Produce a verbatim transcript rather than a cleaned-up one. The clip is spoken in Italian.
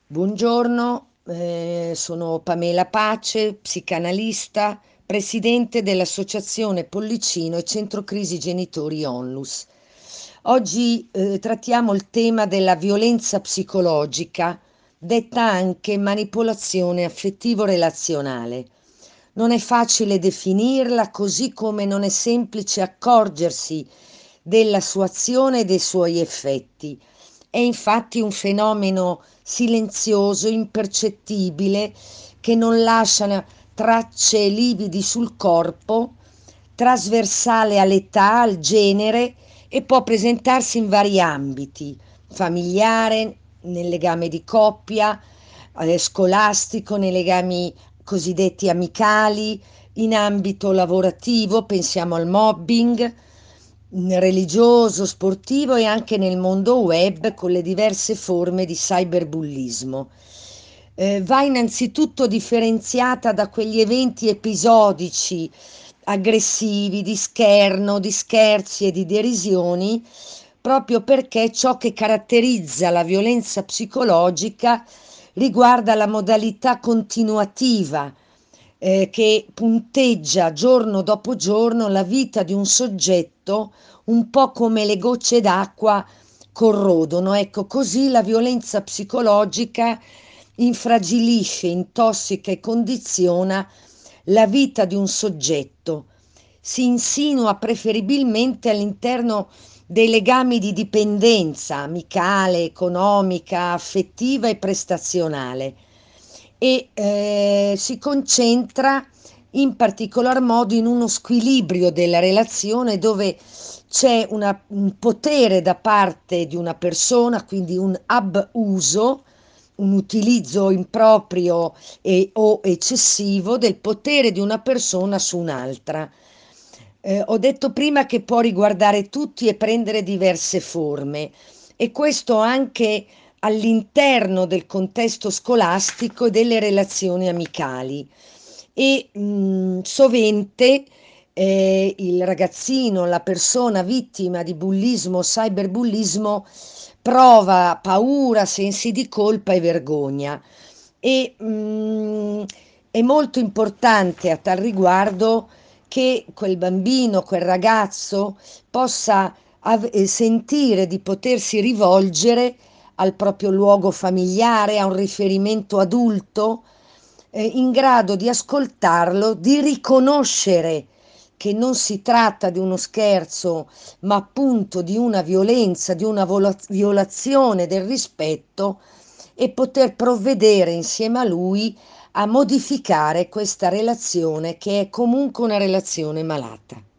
Buongiorno, eh, sono Pamela Pace, psicanalista, presidente dell'Associazione Pollicino e Centro Crisi Genitori Onlus. Oggi eh, trattiamo il tema della violenza psicologica, detta anche manipolazione affettivo-relazionale. Non è facile definirla, così come non è semplice accorgersi della sua azione e dei suoi effetti. È infatti un fenomeno silenzioso, impercettibile, che non lascia tracce lividi sul corpo, trasversale all'età, al genere e può presentarsi in vari ambiti: familiare, nel legame di coppia, eh, scolastico, nei legami cosiddetti amicali, in ambito lavorativo, pensiamo al mobbing, mh, religioso, sportivo e anche nel mondo web con le diverse forme di cyberbullismo. Eh, va innanzitutto differenziata da quegli eventi episodici aggressivi, di scherno, di scherzi e di derisioni, proprio perché ciò che caratterizza la violenza psicologica riguarda la modalità continuativa eh, che punteggia giorno dopo giorno la vita di un soggetto, un po' come le gocce d'acqua corrodono. Ecco, così la violenza psicologica infragilisce, intossica e condiziona la vita di un soggetto. Si insinua preferibilmente all'interno dei legami di dipendenza amicale, economica, affettiva e prestazionale e eh, si concentra in particolar modo in uno squilibrio della relazione dove c'è una- un potere da parte di una persona, quindi un abuso, un utilizzo improprio e- o eccessivo del potere di una persona su un'altra. Eh, ho detto prima che può riguardare tutti e prendere diverse forme, e questo anche all'interno del contesto scolastico e delle relazioni amicali. E mh, sovente eh, il ragazzino, la persona vittima di bullismo o cyberbullismo prova paura, sensi di colpa e vergogna. E mh, è molto importante a tal riguardo che quel bambino, quel ragazzo possa av- eh, sentire di potersi rivolgere al proprio luogo familiare, a un riferimento adulto, eh, in grado di ascoltarlo, di riconoscere che non si tratta di uno scherzo, ma appunto di una violenza, di una vola- violazione del rispetto, e poter provvedere insieme a lui a modificare questa relazione che è comunque una relazione malata.